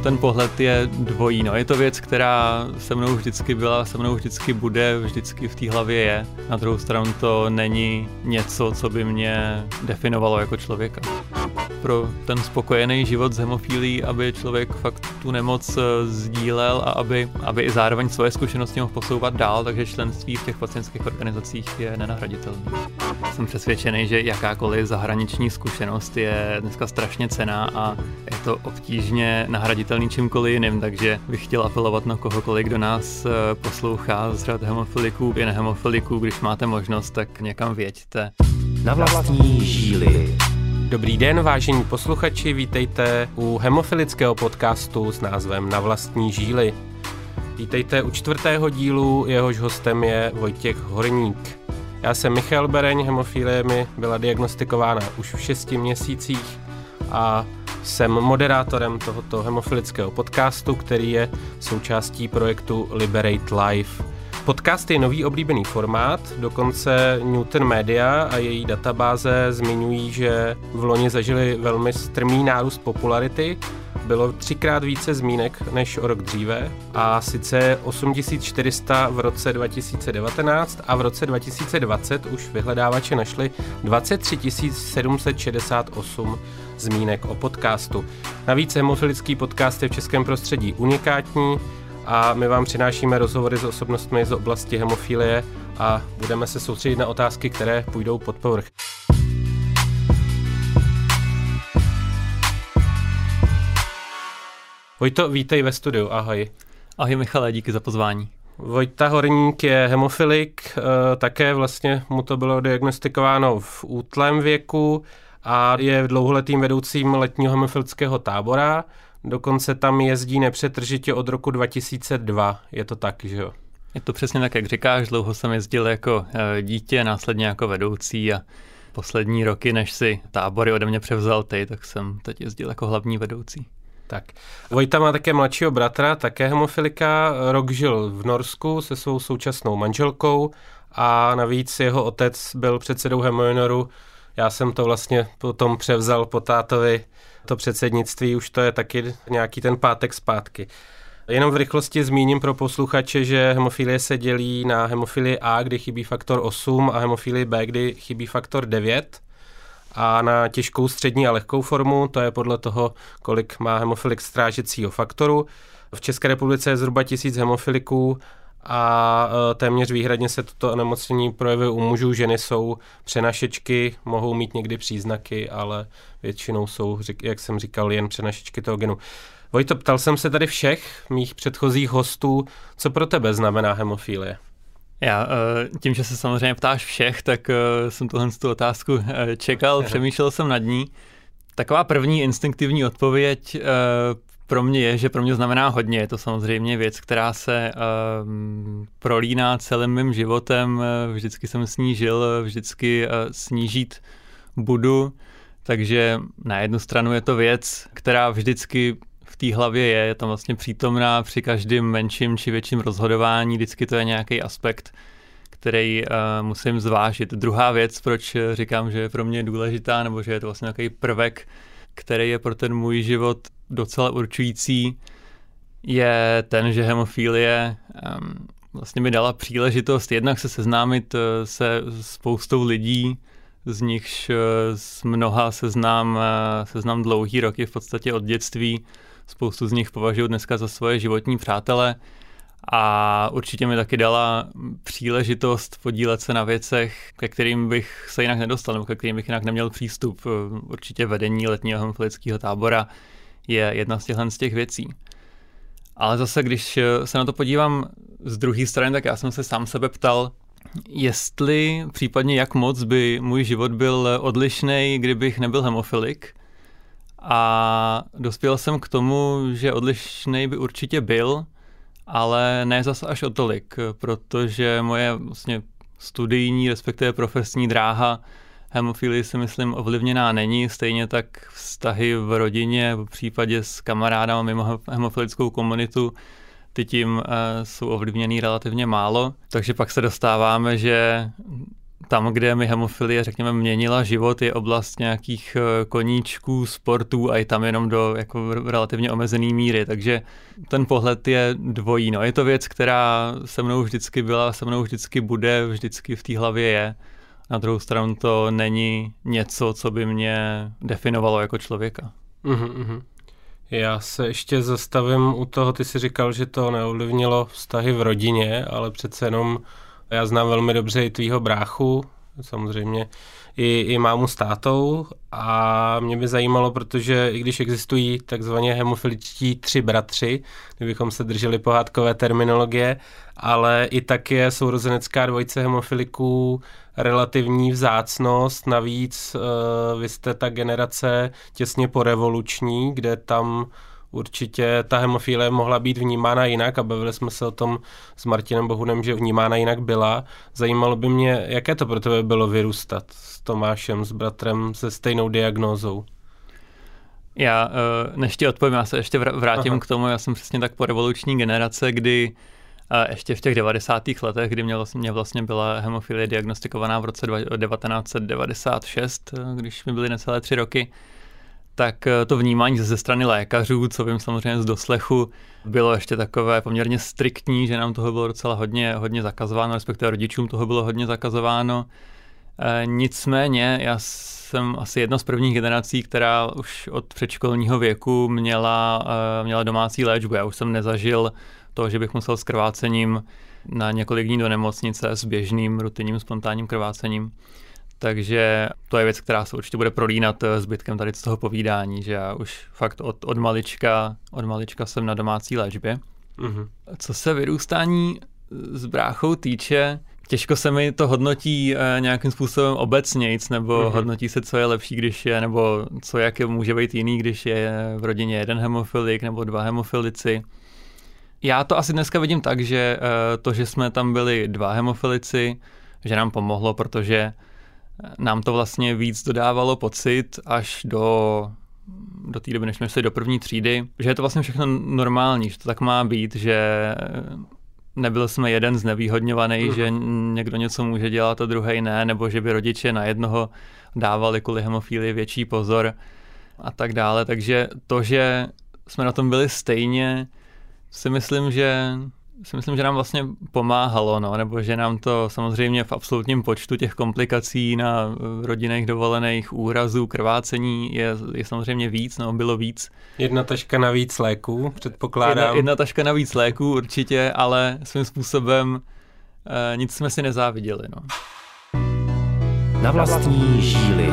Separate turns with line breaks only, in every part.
ten pohled je dvojí. No, je to věc, která se mnou vždycky byla, se mnou vždycky bude, vždycky v té hlavě je. Na druhou stranu to není něco, co by mě definovalo jako člověka. Pro ten spokojený život s hemofilií, aby člověk fakt tu nemoc sdílel a aby i zároveň svoje zkušenosti mohl posouvat dál, takže členství v těch pacientských organizacích je nenahraditelné. Jsem přesvědčený, že jakákoliv zahraniční zkušenost je dneska strašně cenná a je to obtížně nahraditelný čímkoliv jiným, takže bych chtěl apelovat na kohokoliv, kdo nás poslouchá z řad hemofiliků i nehemofiliků, když máte možnost, tak někam věďte.
Na vlastní žíly. Dobrý den, vážení posluchači, vítejte u hemofilického podcastu s názvem Na vlastní žíly. Vítejte u 4. dílu, jehož hostem je Vojtěch Horník. Já jsem Michal Bereň, hemofilie mi byla diagnostikována už v 6 měsících a jsem moderátorem tohoto hemofilického podcastu, který je součástí projektu Liberate Life. Podcast je nový oblíbený formát, dokonce Newton Media a její databáze zmiňují, že v loni zažili velmi strmý nárůst popularity. Bylo 3x více zmínek než o rok dříve, a sice 8400 v roce 2019 a v roce 2020 už vyhledávače našli 23 768 zmínek o podcastu. Navíc hemofilický podcast je v českém prostředí unikátní a my vám přinášíme rozhovory s osobnostmi z oblasti hemofilie a budeme se soustředit na otázky, které půjdou pod povrch. Vojto, vítej ve studiu, ahoj.
Ahoj Michale, díky za pozvání.
Vojta Horník je hemofilik, také vlastně mu to bylo diagnostikováno v útlém věku a je dlouholetým vedoucím letního hemofilického tábora. Dokonce tam jezdí nepřetržitě od roku 2002, je to tak, že jo?
Je to přesně tak, jak říkáš, dlouho jsem jezdil jako dítě, následně jako vedoucí a poslední roky, než si tábory ode mě převzal ty, tak jsem teď jezdil jako hlavní vedoucí.
Tak. Vojta má také mladšího bratra, také hemofilika, rok žil v Norsku se svou současnou manželkou a navíc jeho otec byl předsedou Hemojunionu. Já jsem to vlastně potom převzal po tátovi, to předsednictví, už to je taky nějaký ten pátek zpátky. Jenom v rychlosti zmíním pro posluchače, že hemofilie se dělí na hemofilii A, kdy chybí faktor 8 a hemofilii B, kdy chybí faktor 9 a na těžkou, střední a lehkou formu, to je podle toho, kolik má hemofilik strážecího faktoru. V České republice je zhruba 1000 hemofiliků a téměř výhradně se toto onemocnění projevuje u mužů, ženy jsou přenašečky, mohou mít někdy příznaky, ale většinou jsou, jak jsem říkal, jen přenašečky toho genu. Vojto, ptal jsem se tady všech mých předchozích hostů, co pro tebe znamená hemofilie?
Já tím, že se samozřejmě ptáš všech, tak jsem tu otázku čekal, přemýšlel jsem nad ní. Taková první instinktivní odpověď pro mě je, že pro mě znamená hodně. Je to samozřejmě věc, která se prolíná celým mým životem. Vždycky jsem s ní žil, vždycky s ní žít budu. Takže na jednu stranu je to věc, která vždycky v té hlavě je tam vlastně přítomná při každém menším či větším rozhodování. Vždycky to je nějaký aspekt, který musím zvážit. Druhá věc, proč říkám, že je pro mě důležitá, nebo že je to vlastně nějaký prvek, který je pro ten můj život docela určující, je ten, že hemofilie vlastně mi dala příležitost jednak se seznámit se spoustou lidí, z nichž z mnoha seznám dlouhý roky, v podstatě od dětství. Spoustu z nich považuji dneska za svoje životní přátele a určitě mi taky dala příležitost podílet se na věcech, ke kterým bych se jinak nedostal, nebo ke kterým bych jinak neměl přístup. Určitě vedení letního hemofilického tábora je jedna z těch věcí. Ale zase, když se na to podívám z druhé strany, tak já jsem se sám sebe ptal, jestli případně jak moc by můj život byl odlišný, kdybych nebyl hemofilik. A dospěl jsem k tomu, že odlišný by určitě byl, ale ne zase až o tolik, protože moje vlastně studijní, respektive profesní dráha hemofilii si myslím ovlivněná není, stejně tak vztahy v rodině, v případě s kamarádama mimo hemofilickou komunitu, ty tím jsou ovlivněný relativně málo, takže pak se dostáváme, že tam, kde mi hemofilie, řekněme, měnila život, je oblast nějakých koníčků, sportů a i tam jenom do jako relativně omezený míry, takže ten pohled je dvojí. No. Je to věc, která se mnou vždycky byla, se mnou vždycky bude, vždycky v té hlavě je. Na druhou stranu to není něco, co by mě definovalo jako člověka.
Já se ještě zastavím u toho, ty jsi říkal, že to neovlivnilo vztahy v rodině, ale přece jenom já znám velmi dobře i tvýho bráchu, samozřejmě i mámu s tátou a mě by zajímalo, protože i když existují takzvaně hemofiličtí 3 bratři, kdybychom se drželi pohádkové terminologie, ale i tak je sourozenecká dvojice hemofiliků relativní vzácnost, navíc vy jste ta generace těsně porevoluční, kde tam určitě ta hemofilie mohla být vnímána jinak a bavili jsme se o tom s Martinem Bohunem, že vnímána jinak byla. Zajímalo by mě, jaké to pro tebe bylo vyrůstat s Tomášem, s bratrem, se stejnou diagnózou?
Já, než ti odpovím, já se ještě vrátím k tomu, já jsem přesně tak porevoluční generace, kdy ještě v těch 90. letech, kdy mě vlastně byla hemofilie diagnostikovaná v roce 1996, když mi byly necelé 3 roky, tak to vnímání ze strany lékařů, co vím samozřejmě z doslechu, bylo ještě takové poměrně striktní, že nám toho bylo docela hodně zakazováno, respektive rodičům toho bylo hodně zakazováno. Nicméně já jsem asi jedna z prvních generací, která už od předškolního věku měla domácí léčbu. Já už jsem nezažil to, že bych musel s krvácením na několik dní do nemocnice s běžným rutinním spontánním krvácením. Takže to je věc, která se určitě bude prolínat zbytkem tady z toho povídání, že já už fakt od malička jsem na domácí léčbě. Co se vyrůstání s bráchou týče, těžko se mi to hodnotí nějakým způsobem obecnějc, nebo hodnotí se, co je lepší, když je, nebo co jak může být jiný, když je v rodině jeden hemofilik nebo 2 hemofilici. Já to asi dneska vidím tak, že to, že jsme tam byli 2 hemofilici, že nám pomohlo, protože nám to vlastně víc dodávalo pocit až do té doby, než jsme šli do 1. třídy, že je to vlastně všechno normální, že to tak má být, že nebyl jsme jeden znevýhodňovaný, že někdo něco může dělat a druhý ne, nebo že by rodiče na jednoho dávali kvůli hemofilii větší pozor a tak dále. Takže to, že jsme na tom byli stejně, si myslím, že nám vlastně pomáhalo, no, nebo že nám to samozřejmě v absolutním počtu těch komplikací na rodinných dovolených, úrazů, krvácení je samozřejmě víc, no, bylo víc.
1 taška navíc léků, předpokládám.
Jedna taška navíc léků určitě, ale svým způsobem nic jsme si nezáviděli, no.
Na vlastní žíly.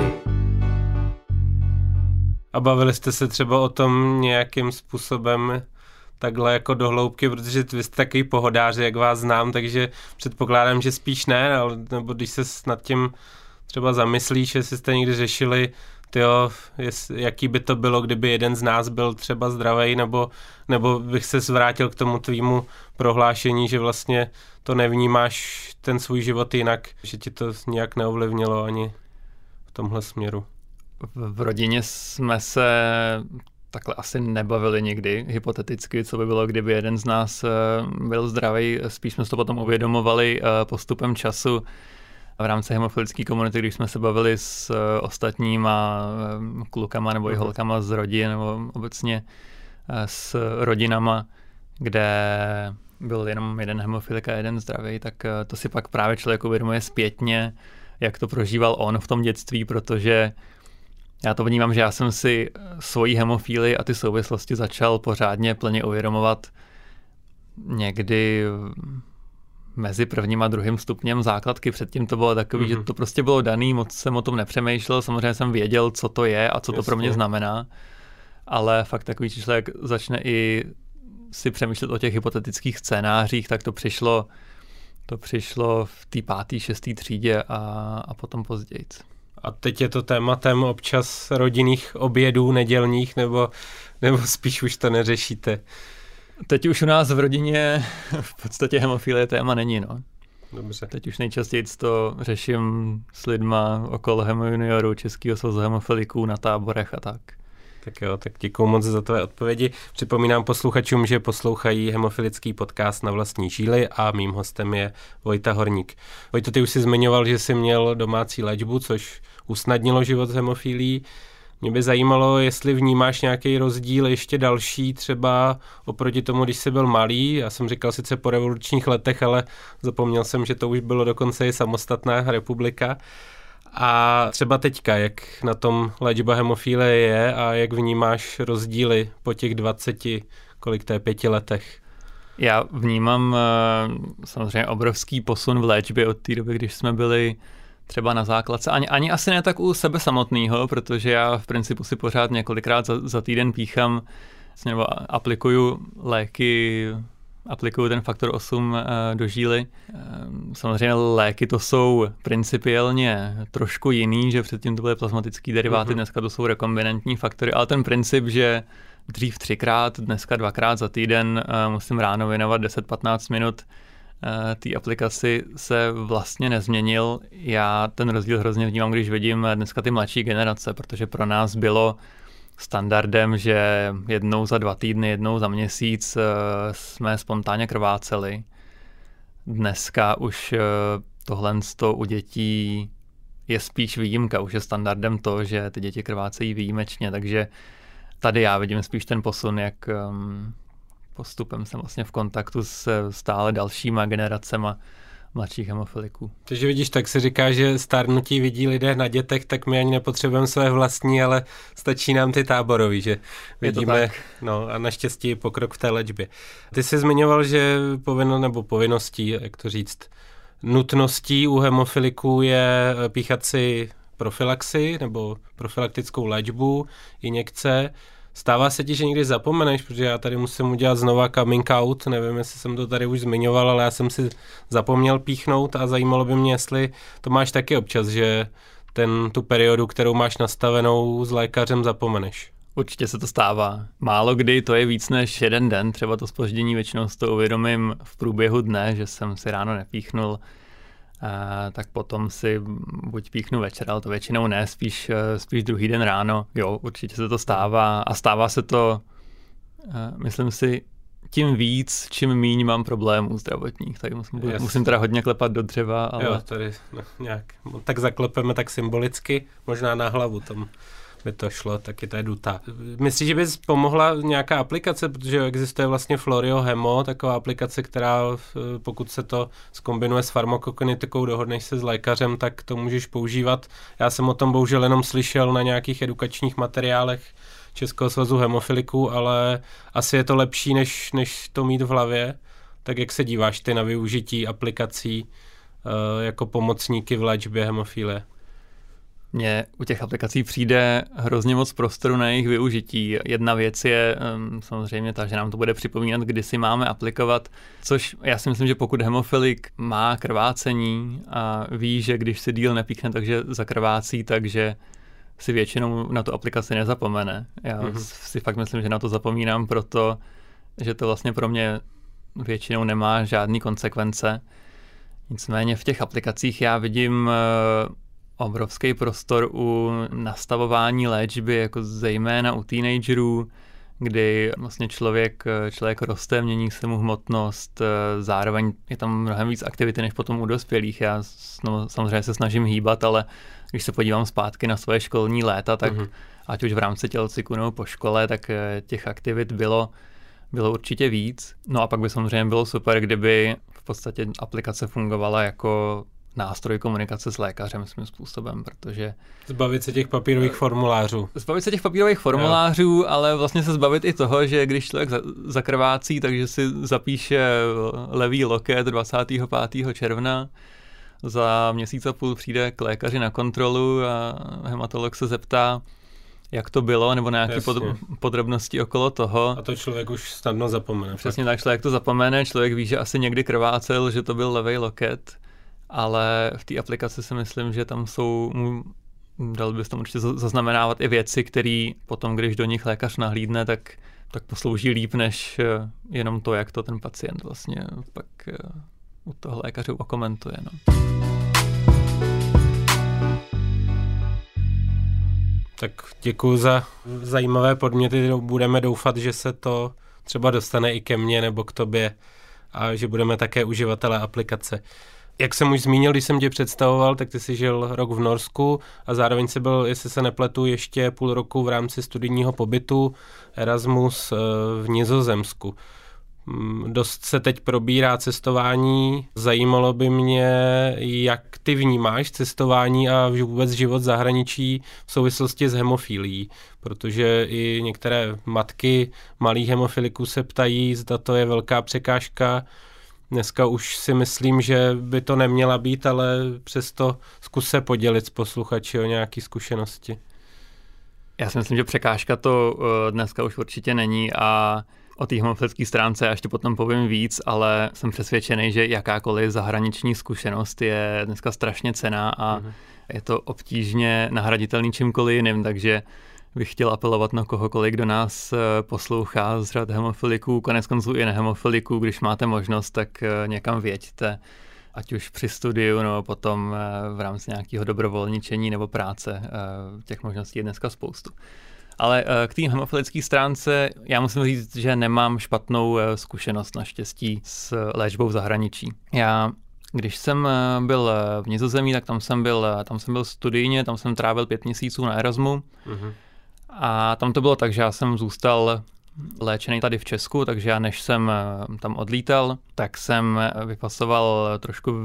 A bavili jste se třeba o tom nějakým způsobem takhle jako do hloubky, protože vy jste takový pohodáři, jak vás znám, takže předpokládám, že spíš ne, ale nebo když se nad tím třeba zamyslíš, jestli jste někdy řešili, jaký by to bylo, kdyby jeden z nás byl třeba zdravej, nebo bych se zvrátil k tomu tvýmu prohlášení, že vlastně to nevnímáš ten svůj život jinak, že ti to nějak neovlivnilo ani v tomhle směru.
V rodině jsme se takhle asi nebavili nikdy, hypoteticky, co by bylo, kdyby jeden z nás byl zdravý. Spíš jsme to potom uvědomovali postupem času v rámci hemofilické komunity, když jsme se bavili s ostatníma klukama nebo i holkama z rodin, nebo obecně s rodinama, kde byl jenom jeden hemofilik a jeden zdravý, tak to si pak právě člověk uvědomuje zpětně, jak to prožíval on v tom dětství, protože já to vnímám, že já jsem si svoji hemofílii a ty souvislosti začal pořádně plně uvědomovat někdy mezi 1. a 2. stupněm základky. Předtím to bylo takový, že to prostě bylo daný, moc jsem o tom nepřemýšlel, samozřejmě jsem věděl, co to je a co to pro mě znamená, ale fakt takový, že člověk začne i si přemýšlet o těch hypotetických scénářích, tak to přišlo v té 5., 6. třídě a potom později.
A teď je to tématem občas rodinných obědů nedělních, nebo spíš už to neřešíte?
Teď už u nás v rodině v podstatě hemofilie téma není, no.
Dobře.
Teď už nejčastěji to řeším s lidma okolo Hemo Junioru, Českého svazu hemofiliků na táborech a tak.
Tak jo, tak děkuju moc za tvé odpovědi. Připomínám posluchačům, že poslouchají hemofilický podcast Na vlastní žíly a mým hostem je Vojta Horník. Vojto, ty už jsi zmiňoval, že jsi měl domácí léčbu, což usnadnilo život s hemofilií. Mě by zajímalo, jestli vnímáš nějaký rozdíl ještě další, třeba oproti tomu, když jsi byl malý. Já jsem říkal sice po revolučních letech, ale zapomněl jsem, že to už bylo dokonce i samostatná republika. A třeba teďka, jak na tom léčba hemofilie je a jak vnímáš rozdíly po těch 5 letech?
Já vnímám samozřejmě obrovský posun v léčbě od té doby, když jsme byli třeba na základce. Ani asi ne tak u sebe samotného, protože já v principu si pořád několikrát za týden píchám nebo aplikuju léky, aplikuju ten faktor 8 do žíly. Samozřejmě léky to jsou principiálně trošku jiný, že předtím to byly plazmatické deriváty, dneska to jsou rekombinantní faktory, ale ten princip, že dřív 3krát, dneska 2krát za týden musím ráno věnovat 10-15 minut té aplikaci, se vlastně nezměnil. Já ten rozdíl hrozně vnímám, když vidím dneska ty mladší generace, protože pro nás bylo standardem, že jednou za 2 týdny, jednou za měsíc jsme spontánně krváceli. Dneska už tohle u dětí je spíš výjimka, už je standardem to, že ty děti krvácejí výjimečně, takže tady já vidím spíš ten posun, jak postupem jsem vlastně v kontaktu s stále dalšíma generacema mladších hemofiliků.
Takže vidíš, tak se říká, že stárnutí vidí lidé na dětech, tak my ani nepotřebujeme své vlastní, ale stačí nám ty táborový, že vidíme, no a naštěstí pokrok v té léčbě. Ty jsi zmiňoval, že povinností, jak to říct, nutností u hemofiliků je píchat si profilaxi nebo profilaktickou léčbu, injekce. Stává se ti, že někdy zapomeneš, protože já tady musím udělat znova coming out, nevím, jestli jsem to tady už zmiňoval, ale já jsem si zapomněl píchnout a zajímalo by mě, jestli to máš taky občas, že tu periodu, kterou máš nastavenou s lékařem, zapomeneš.
Určitě se to stává. Málo kdy to je víc než 1 den, třeba to zpoždění většinou si to uvědomím v průběhu dne, že jsem si ráno nepíchnul, tak potom si buď píchnu večer, ale to většinou ne, spíš druhý den ráno. Jo, určitě se to stává a stává se to, myslím si, tím víc, čím míň mám problémů zdravotních. Tak musím teda hodně klepat do dřeva. Ale...
Jo, tady nějak, tak zaklepeme tak symbolicky, možná na hlavu tam by to šlo, taky to je dutá. Myslíš, že bys pomohla nějaká aplikace, protože existuje vlastně Florio Hemo, taková aplikace, která pokud se to zkombinuje s farmakokinetikou, dohodneš se s lékařem, tak to můžeš používat. Já jsem o tom bohužel jenom slyšel na nějakých edukačních materiálech Českého svazu hemofiliků, ale asi je to lepší, než to mít v hlavě. Tak jak se díváš ty na využití aplikací jako pomocníky v léčbě hemofilie?
Mně u těch aplikací přijde hrozně moc prostoru na jejich využití. Jedna věc je samozřejmě ta, že nám to bude připomínat, kdy si máme aplikovat, což já si myslím, že pokud hemofilik má krvácení a ví, že když si díl nepíchne, takže zakrvácí, takže si většinou na tu aplikaci nezapomene. Já si fakt myslím, že na to zapomínám, proto že to vlastně pro mě většinou nemá žádný konsekvence. Nicméně v těch aplikacích já vidím obrovský prostor u nastavování léčby, jako zejména u teenagerů, kdy vlastně člověk roste, mění se mu hmotnost, zároveň je tam mnohem víc aktivity než potom u dospělých. Já samozřejmě se snažím hýbat, ale když se podívám zpátky na svoje školní léta, tak ať už v rámci tělocviku nebo po škole, tak těch aktivit bylo určitě víc. No a pak by samozřejmě bylo super, kdyby v podstatě aplikace fungovala jako nástroj komunikace s lékařem svým způsobem, protože...
Zbavit se těch papírových formulářů.
Jo. Ale vlastně se zbavit i toho, že když člověk zakrvácí, takže si zapíše levý loket 25. června, za měsíc a půl přijde k lékaři na kontrolu a hematolog se zeptá, jak to bylo, nebo nějaké podrobnosti okolo toho.
A to člověk už snadno zapomene.
Přesně tak, člověk to zapomene, člověk ví, že asi někdy krvácel, že to byl levej loket, ale v té aplikaci si myslím, že tam jsou, dal bys tam určitě zaznamenávat i věci, které potom, když do nich lékař nahlídne, tak poslouží líp, než jenom to, jak to ten pacient vlastně pak u toho lékaře okomentuje. No.
Tak děkuji za zajímavé podněty. Budeme doufat, že se to třeba dostane i ke mně nebo k tobě a že budeme také uživatelé aplikace. Jak jsem už zmínil, když jsem tě představoval, tak ty jsi žil rok v Norsku a zároveň jsi byl, jestli se nepletu, ještě půl roku v rámci studijního pobytu Erasmus v Nizozemsku. Dost se teď probírá cestování. Zajímalo by mě, jak ty vnímáš cestování a vůbec život v zahraničí v souvislosti s hemofilií, protože i některé matky malých hemofiliků se ptají, zda to je velká překážka. Dneska už si myslím, že by to neměla být, ale přesto zkus se podělit s posluchači o nějaké zkušenosti.
Já si myslím, že překážka to dneska už určitě není a o té hemofilické stránce já ještě potom povím víc, ale jsem přesvědčený, že jakákoliv zahraniční zkušenost je dneska strašně cenná a je to obtížně nahraditelný čímkoliv jiným, takže bych chtěl apelovat na kohokoliv, kdo nás poslouchá z řad hemofiliků, koneckonců i nehemofiliků, když máte možnost, tak někam věďte, ať už při studiu nebo potom v rámci nějakého dobrovolničení nebo práce. Těch možností je dneska spoustu. Ale k té hemofilické stránce já musím říct, že nemám špatnou zkušenost naštěstí s léčbou v zahraničí. Když jsem byl v Nizozemí, tak tam jsem byl studijně, tam jsem trávil 5 měsíců na Erasmu. A tam to bylo tak, že já jsem zůstal léčený tady v Česku, takže já než jsem tam odlítal, tak jsem vypasoval trošku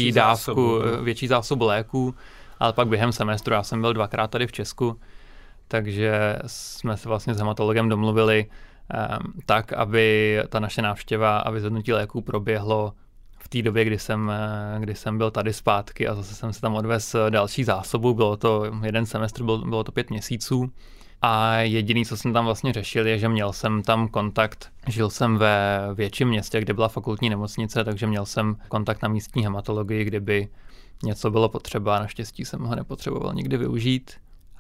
větší zásobu léků, ale pak během semestru já jsem byl 2krát tady v Česku, takže jsme se vlastně s hematologem domluvili tak, aby ta naše návštěva a vyzvednutí léků proběhlo v té době, kdy jsem byl tady zpátky a zase jsem se tam odvezl další zásobu, bylo to jeden semestr, bylo to 5 měsíců. A jediný, co jsem tam vlastně řešil, je, že měl jsem tam kontakt. Žil jsem ve větším městě, kde byla fakultní nemocnice, takže měl jsem kontakt na místní hematologii, kdyby něco bylo potřeba. Naštěstí jsem ho nepotřeboval nikdy využít.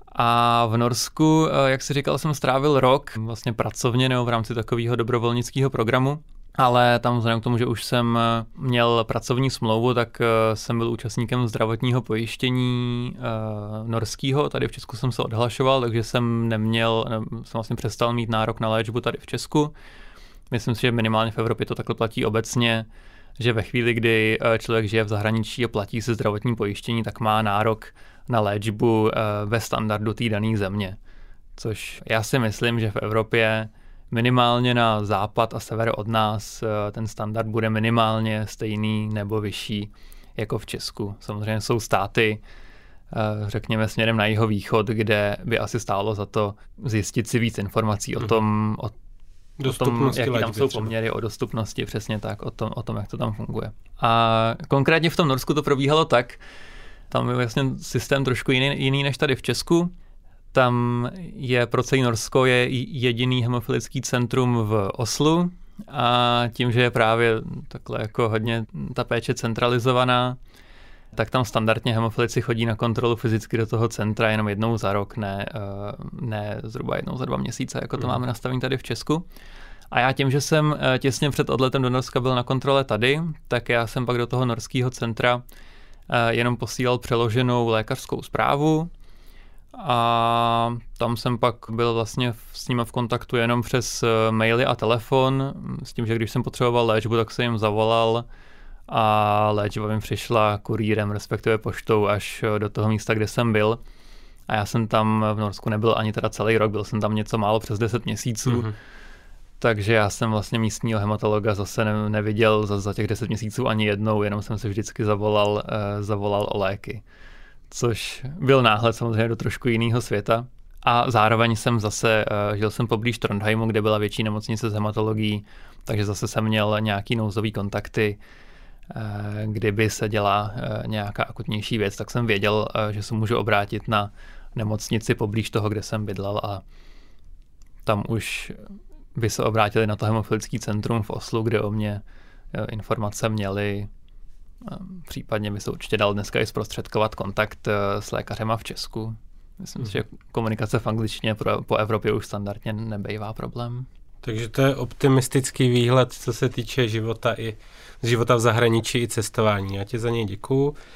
A v Norsku, jak si říkal, jsem strávil rok vlastně pracovně nebo v rámci takového dobrovolnického programu. Ale tam vzhledem k tomu, že už jsem měl pracovní smlouvu, tak jsem byl účastníkem zdravotního pojištění norského. Tady v Česku jsem se odhlašoval, takže jsem vlastně přestal mít nárok na léčbu tady v Česku. Myslím si, že minimálně v Evropě to takhle platí obecně, že ve chvíli, kdy člověk žije v zahraničí a platí si zdravotní pojištění, tak má nárok na léčbu ve standardu té dané země. Což já si myslím, že v Evropě minimálně na západ a sever od nás ten standard bude minimálně stejný nebo vyšší jako v Česku. Samozřejmě jsou státy, řekněme směrem na jihovýchod, kde by asi stálo za to zjistit si víc informací o tom, jaký tam jsou poměry, o dostupnosti, přesně tak, o tom, jak to tam funguje. A konkrétně v tom Norsku to probíhalo tak, tam je vlastně systém trošku jiný než tady v Česku. Tam je pro celé Norsko je jediný hemofilický centrum v Oslu a tím, že je právě takhle jako hodně ta péče centralizovaná, tak tam standardně hemofilici chodí na kontrolu fyzicky do toho centra jenom jednou za rok, ne zhruba jednou za 2 měsíce, jako to máme nastavení tady v Česku. A já tím, že jsem těsně před odletem do Norska byl na kontrole tady, tak já jsem pak do toho norského centra jenom posílal přeloženou lékařskou zprávu, a tam jsem pak byl vlastně s nimi v kontaktu jenom přes maily a telefon, s tím, že když jsem potřeboval léčbu, tak jsem jim zavolal a léčba mi přišla kurýrem, respektive poštou až do toho místa, kde jsem byl. A já jsem tam v Norsku nebyl ani teda celý rok, byl jsem tam něco málo přes 10 měsíců, takže já jsem vlastně místního hematologa zase neviděl za těch 10 měsíců ani jednou, jenom jsem se vždycky zavolal o léky. Což byl náhled samozřejmě do trošku jiného světa. A zároveň jsem žil jsem poblíž Trondheimu, kde byla větší nemocnice s hematologií, takže zase jsem měl nějaký nouzový kontakty, kdyby se dělala nějaká akutnější věc, tak jsem věděl, že se můžu obrátit na nemocnici poblíž toho, kde jsem bydlel a tam už by se obrátili na to hemofilické centrum v Oslu, kde o mě informace měli. Případně by se určitě dal dneska i zprostředkovat kontakt s lékařema v Česku. Myslím si, že komunikace v angličtině po Evropě už standardně nebejvá problém.
Takže to je optimistický výhled, co se týče života v zahraničí i cestování. Já ti za něj děkuju.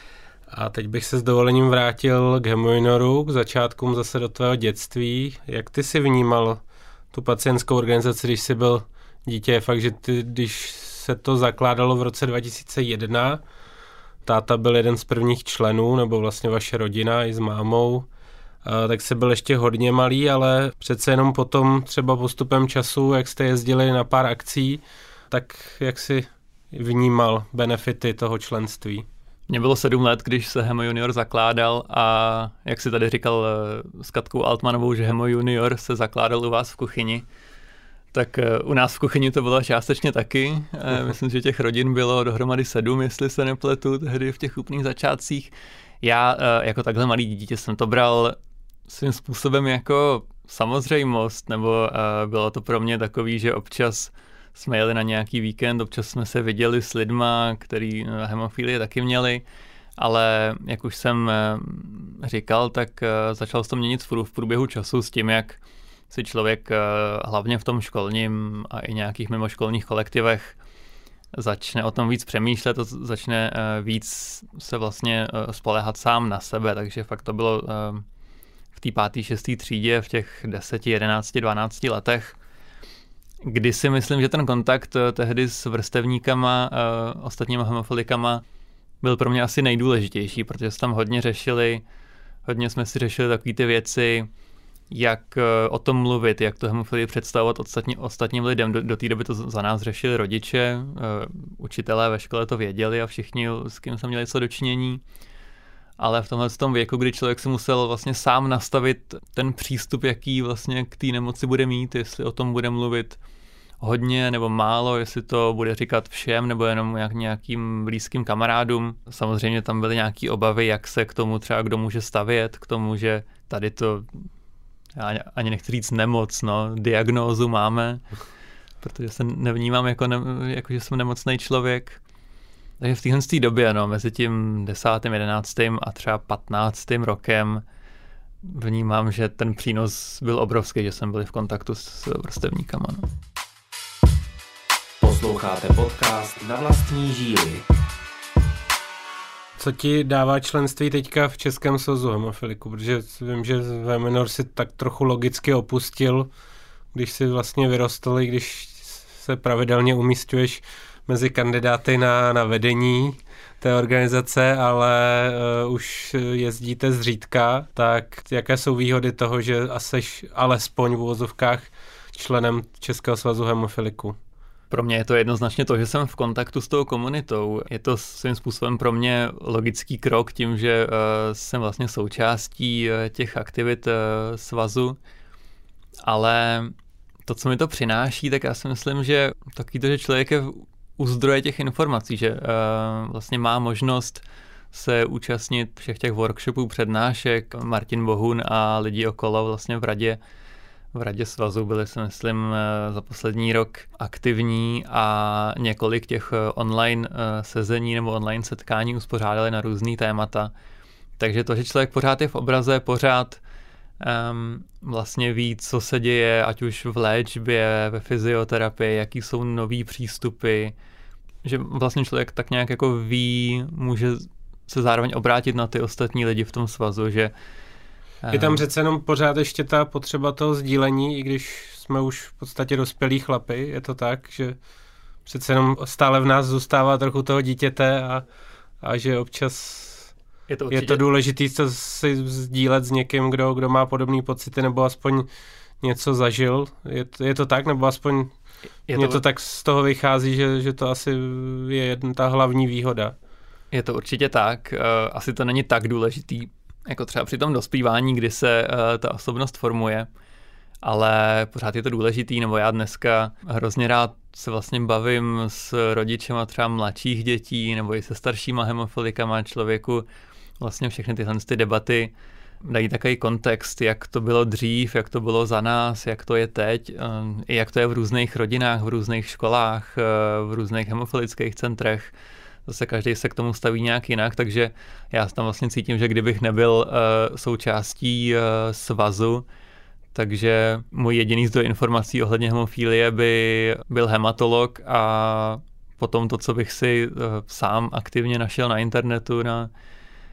A teď bych se s dovolením vrátil k Hemojunior, k začátkům zase do tvého dětství. Jak ty jsi vnímal tu pacientskou organizaci, když jsi byl dítě? Fakt, že ty, když se to zakládalo v roce 2001, táta byl jeden z prvních členů, nebo vlastně vaše rodina i s mámou, tak jsi byl ještě hodně malý, ale přece jenom potom třeba postupem času, jak jste jezdili na pár akcí, tak jak jsi vnímal benefity toho členství?
Mně bylo 7 let, když se Hemojunior zakládal a jak si tady říkal s Katkou Altmanovou, že Hemojunior se zakládal u vás v kuchyni, tak u nás v kuchyni to bylo částečně taky. Myslím, že těch rodin bylo dohromady 7, jestli se nepletu, tehdy v těch úplných začátcích. Já jako takhle malý dítě jsem to bral svým způsobem jako samozřejmost, nebo bylo to pro mě takový, že občas jsme jeli na nějaký víkend, občas jsme se viděli s lidma, který hemofilii taky měli, ale jak už jsem říkal, tak začal se to měnit v průběhu času s tím, jak si člověk hlavně v tom školním a i nějakých mimoškolních kolektivech začne o tom víc přemýšlet, začne víc se vlastně spoléhat sám na sebe, takže fakt to bylo v té 5., 6. třídě, v těch 10, 11, 12 letech, kdy si myslím, že ten kontakt tehdy s vrstevníkama, ostatníma hemofilikama byl pro mě asi nejdůležitější, protože jsme tam hodně jsme si řešili takové ty věci, jak o tom mluvit, jak to hemofilii představovat ostatním lidem. Do té doby to za nás řešili rodiče, učitelé ve škole to věděli a všichni, s kým jsme měli co dočinění. Ale v tomhle věku, kdy člověk si musel vlastně sám nastavit ten přístup, jaký vlastně k té nemoci bude mít, jestli o tom bude mluvit hodně nebo málo, jestli to bude říkat všem nebo jenom nějakým blízkým kamarádům. Samozřejmě tam byly nějaké obavy, jak se k tomu třeba kdo může stavět, k tomu, že tady to, já ani nechci říct nemoc, diagnózu máme, protože se nevnímám jako že jsem nemocný člověk. Takže v téhle době, mezi tím 10., 11. a třeba 15. rokem vnímám, že ten přínos byl obrovský, že jsem byl v kontaktu s vrstevníkama.
Posloucháte podcast Na vlastní žíly.
Co ti dává členství teďka v Českém svazu hemofiliku? Protože vím, že Hemojunior si tak trochu logicky opustil, když si vlastně vyrostl, i když se pravidelně umísťuješ mezi kandidáty na vedení té organizace, ale už jezdíte zřídka, tak jaké jsou výhody toho, že seš alespoň v uvozovkách členem Českého svazu hemofiliku?
Pro mě je to jednoznačně to, že jsem v kontaktu s tou komunitou. Je to svým způsobem pro mě logický krok tím, že jsem vlastně součástí těch aktivit svazu, ale to, co mi to přináší, tak já si myslím, že taky to, že člověk je u zdroje těch informací, že vlastně má možnost se účastnit všech těch workshopů, přednášek. Martin Bohun a lidi okolo vlastně v radě svazu byli, si myslím, za poslední rok aktivní a několik těch online sezení nebo online setkání uspořádali na různý témata. Takže to, že člověk pořád je v obraze, pořád vlastně ví, co se děje, ať už v léčbě, ve fyzioterapii, jaký jsou nový přístupy, že vlastně člověk tak nějak jako ví, může se zároveň obrátit na ty ostatní lidi v tom svazu, že
je tam přece jenom pořád ještě ta potřeba toho sdílení, i když jsme už v podstatě dospělí chlapi, je to tak, že přece jenom stále v nás zůstává trochu toho dítěte a že občas je to důležitý to si sdílet s někým, kdo má podobné pocity nebo aspoň něco zažil. Je to tak, nebo aspoň mně to tak z toho vychází, že to asi je ta hlavní výhoda.
Je to určitě tak. Asi to není tak důležitý, jako třeba při tom dospívání, kdy se ta osobnost formuje, ale pořád je to důležitý, nebo já dneska hrozně rád se vlastně bavím s rodičema třeba mladších dětí, nebo i se staršíma hemofilikama. Člověku vlastně všechny tyhle debaty dají takový kontext, jak to bylo dřív, jak to bylo za nás, jak to je teď, i jak to je v různých rodinách, v různých školách, v různých hemofilických centrech. Zase každý se k tomu staví nějak jinak, takže já tam vlastně cítím, že kdybych nebyl součástí svazu, takže můj jediný zdroj informací ohledně hemofilie by byl hematolog a potom to, co bych si sám aktivně našel na internetu,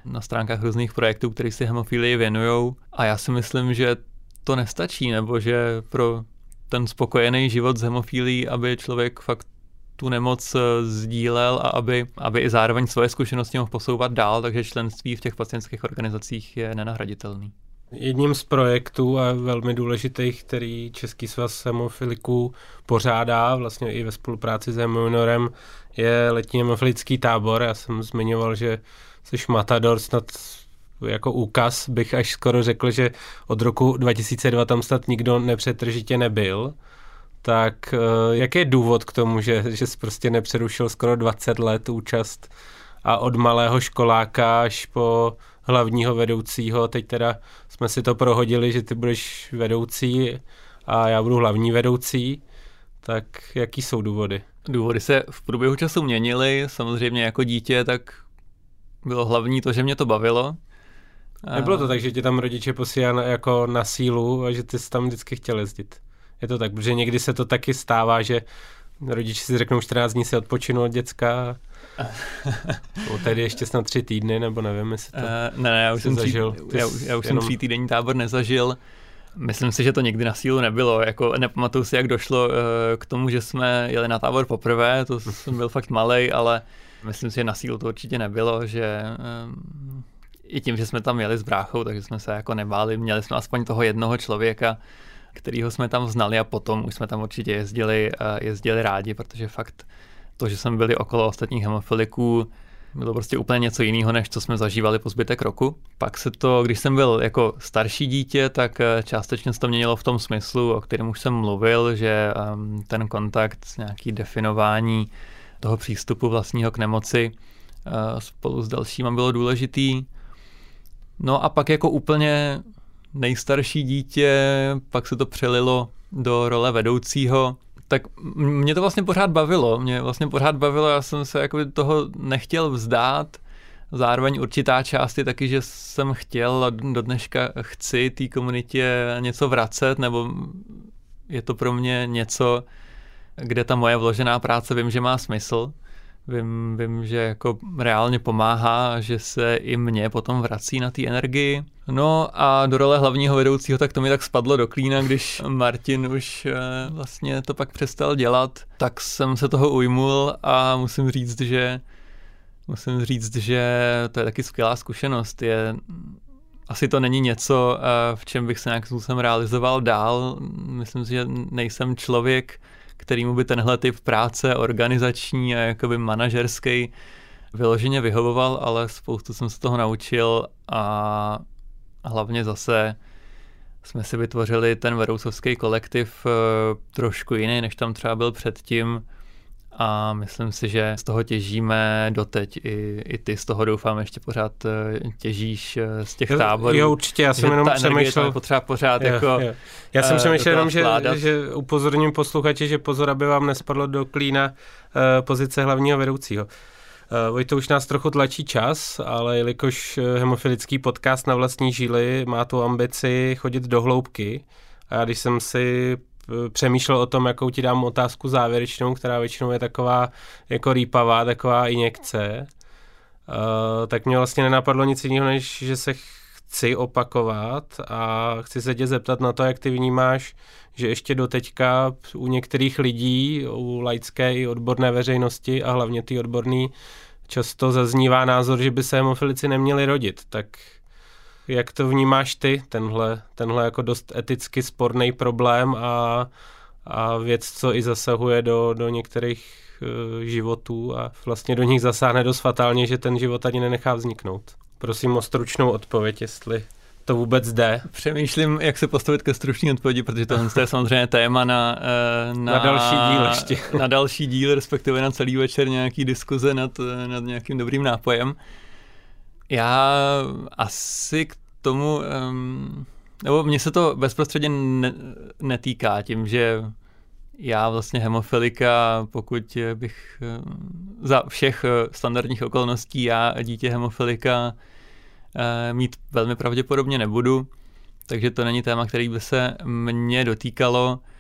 na stránkách různých projektů, které si hemofilii věnujou. A já si myslím, že to nestačí, nebo že pro ten spokojený život s hemofilií, aby člověk fakt tu nemoc sdílel a aby i zároveň svoje zkušenosti mohl posouvat dál, takže členství v těch pacientských organizacích je nenahraditelný.
Jedním z projektů a velmi důležitých, který Český svaz hemofiliků pořádá vlastně i ve spolupráci s Hemojuniorem, je letní hemofilický tábor. Já jsem zmiňoval, že jsi matador, snad jako úkaz bych až skoro řekl, že od roku 2002 tam snad nikdo nepřetržitě nebyl. Tak jaký je důvod k tomu, že jsi prostě nepřerušil skoro 20 let účast a od malého školáka až po hlavního vedoucího, teď teda jsme si to prohodili, že ty budeš vedoucí a já budu hlavní vedoucí, tak jaký jsou důvody?
Důvody se v průběhu času měnily, samozřejmě jako dítě, tak bylo hlavní to, že mě to bavilo.
Nebylo to tak, že tě tam rodiče posílali jako na sílu a že ty jsi tam vždycky chtěl jezdit? Je to tak, protože někdy se to taky stává, že rodiče si řeknou 14 dní si odpočinu od děcka, tedy ještě snad 3 týdny, nebo nevím, jestli to
ne, já už jsem 3 týdenní tábor nezažil. Myslím si, že to nikdy na sílu nebylo. Jako nepamatuju si, jak došlo k tomu, že jsme jeli na tábor poprvé, to jsem byl fakt malej, ale myslím si, že na sílu to určitě nebylo, že i tím, že jsme tam jeli s bráchou, takže jsme se jako nebáli, měli jsme aspoň toho jednoho člověka, kterýho jsme tam znali a potom už jsme tam určitě jezdili rádi, protože fakt to, že jsme byli okolo ostatních hemofiliků, bylo prostě úplně něco jiného, než co jsme zažívali po zbytek roku. Pak se to, když jsem byl jako starší dítě, tak částečně se to měnilo v tom smyslu, o kterém už jsem mluvil, že ten kontakt, nějaký definování toho přístupu vlastního k nemoci spolu s dalšíma bylo důležitý. No a pak jako úplně nejstarší dítě, pak se to přelilo do role vedoucího, tak mě to vlastně pořád bavilo. Já jsem se jako toho nechtěl vzdát. Zároveň určitá část je taky, že jsem chtěl a do dneška chci té komunitě něco vracet, nebo je to pro mě něco, kde ta moje vložená práce vím, že má smysl. Vím, že jako reálně pomáhá, že se i mně potom vrací na té energii. No a do role hlavního vedoucího, tak to mi tak spadlo do klína, když Martin už vlastně to pak přestal dělat, tak jsem se toho ujmul a musím říct, že to je taky skvělá zkušenost. Asi to není něco, v čem bych se nějak způsobem realizoval dál. Myslím si, že nejsem člověk, kterýmu by tenhle typ práce organizační a jakoby manažerský vyloženě vyhovoval, ale spoustu jsem se toho naučil a hlavně zase jsme si vytvořili ten vedoucovský kolektiv trošku jiný, než tam třeba byl předtím a myslím si, že z toho těžíme doteď. I ty z toho doufám ještě pořád těžíš z těch táborů.
Jo, určitě, já jsem jenom přemýšlel.
Potřeba pořád jako
já jsem přemýšlel jenom, že upozorním posluchači, že pozor, aby vám nespadlo do klína pozice hlavního vedoucího. Vojto, už nás trochu tlačí čas, ale jelikož hemofilický podcast Na vlastní žíly má tu ambici chodit do hloubky a já když jsem si přemýšlel o tom, jakou ti dám otázku závěrečnou, která většinou je taková jako rýpavá, taková injekce, tak mě vlastně nenapadlo nic jiného, než že se chci opakovat a chci se tě zeptat na to, jak ty vnímáš, že ještě doteďka u některých lidí, u laické i odborné veřejnosti a hlavně ty odborný, často zaznívá názor, že by se hemofilici neměli rodit. Tak jak to vnímáš ty, tenhle jako dost eticky sporný problém a věc, co i zasahuje do některých životů a vlastně do nich zasáhne dost fatálně, že ten život ani nenechá vzniknout. Prosím o stručnou odpověď, jestli to vůbec jde.
Přemýšlím, jak se postavit ke stručné odpovědi, protože tohle je samozřejmě téma na
další díl ještě.
Na další díl, respektive na celý večer nějaký diskuze nad nějakým dobrým nápojem. Já asi k tomu, nebo mně se to bezprostředně netýká tím, že já vlastně hemofilika, pokud bych za všech standardních okolností já dítě hemofilika mít velmi pravděpodobně nebudu, takže to není téma, který by se mě dotýkalo,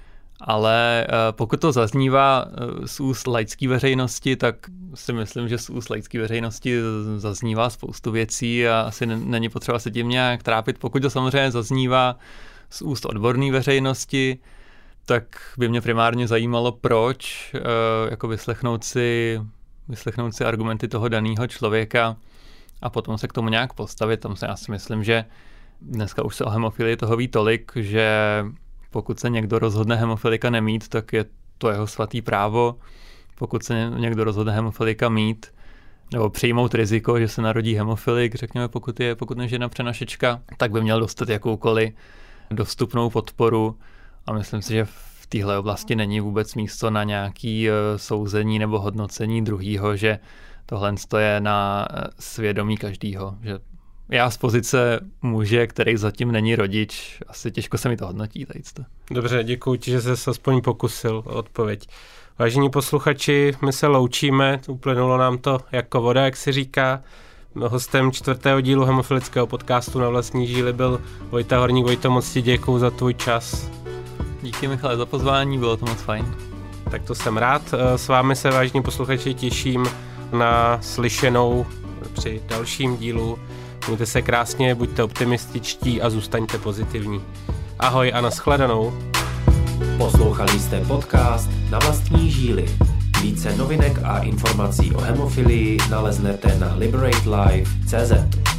Ale pokud to zaznívá z úst laické veřejnosti, tak si myslím, že z úst laické veřejnosti zaznívá spoustu věcí a asi není potřeba se tím nějak trápit. Pokud to samozřejmě zaznívá z úst odborné veřejnosti, tak by mě primárně zajímalo, proč jako vyslechnout si argumenty toho daného člověka a potom se k tomu nějak postavit. Tam já si myslím, že dneska už se o hemofilii toho ví tolik, že pokud se někdo rozhodne hemofilika nemít, tak je to jeho svatý právo. Pokud se někdo rozhodne hemofilika mít, nebo přijmout riziko, že se narodí hemofilik, řekněme, pokud než jedna přenašečka, tak by měl dostat jakoukoliv dostupnou podporu. A myslím si, že v téhle oblasti není vůbec místo na nějaké souzení nebo hodnocení druhýho, že tohle je na svědomí každýho. Že já z pozice muže, který zatím není rodič, asi těžko se mi to hodnotí. Tadysto.
Dobře, děkuji ti, že jsi aspoň pokusil o odpověď. Vážení posluchači, my se loučíme, uplynulo nám to jako voda, jak se říká. Hostem 4. dílu hemofilického podcastu Na vlastní žíli byl Vojta Horník. Vojto, moc ti děkuju za tvůj čas.
Díky, Michale, za pozvání, bylo to moc fajn.
Tak to jsem rád. S vámi se, vážení posluchači, těším na slyšenou při dalším dílu. Mějte se krásně, buďte optimističtí a zůstaňte pozitivní. Ahoj a nashledanou.
Poslouchali jste podcast Na vlastní žíli. Více novinek a informací o hemofilii naleznete na liberatelife.cz.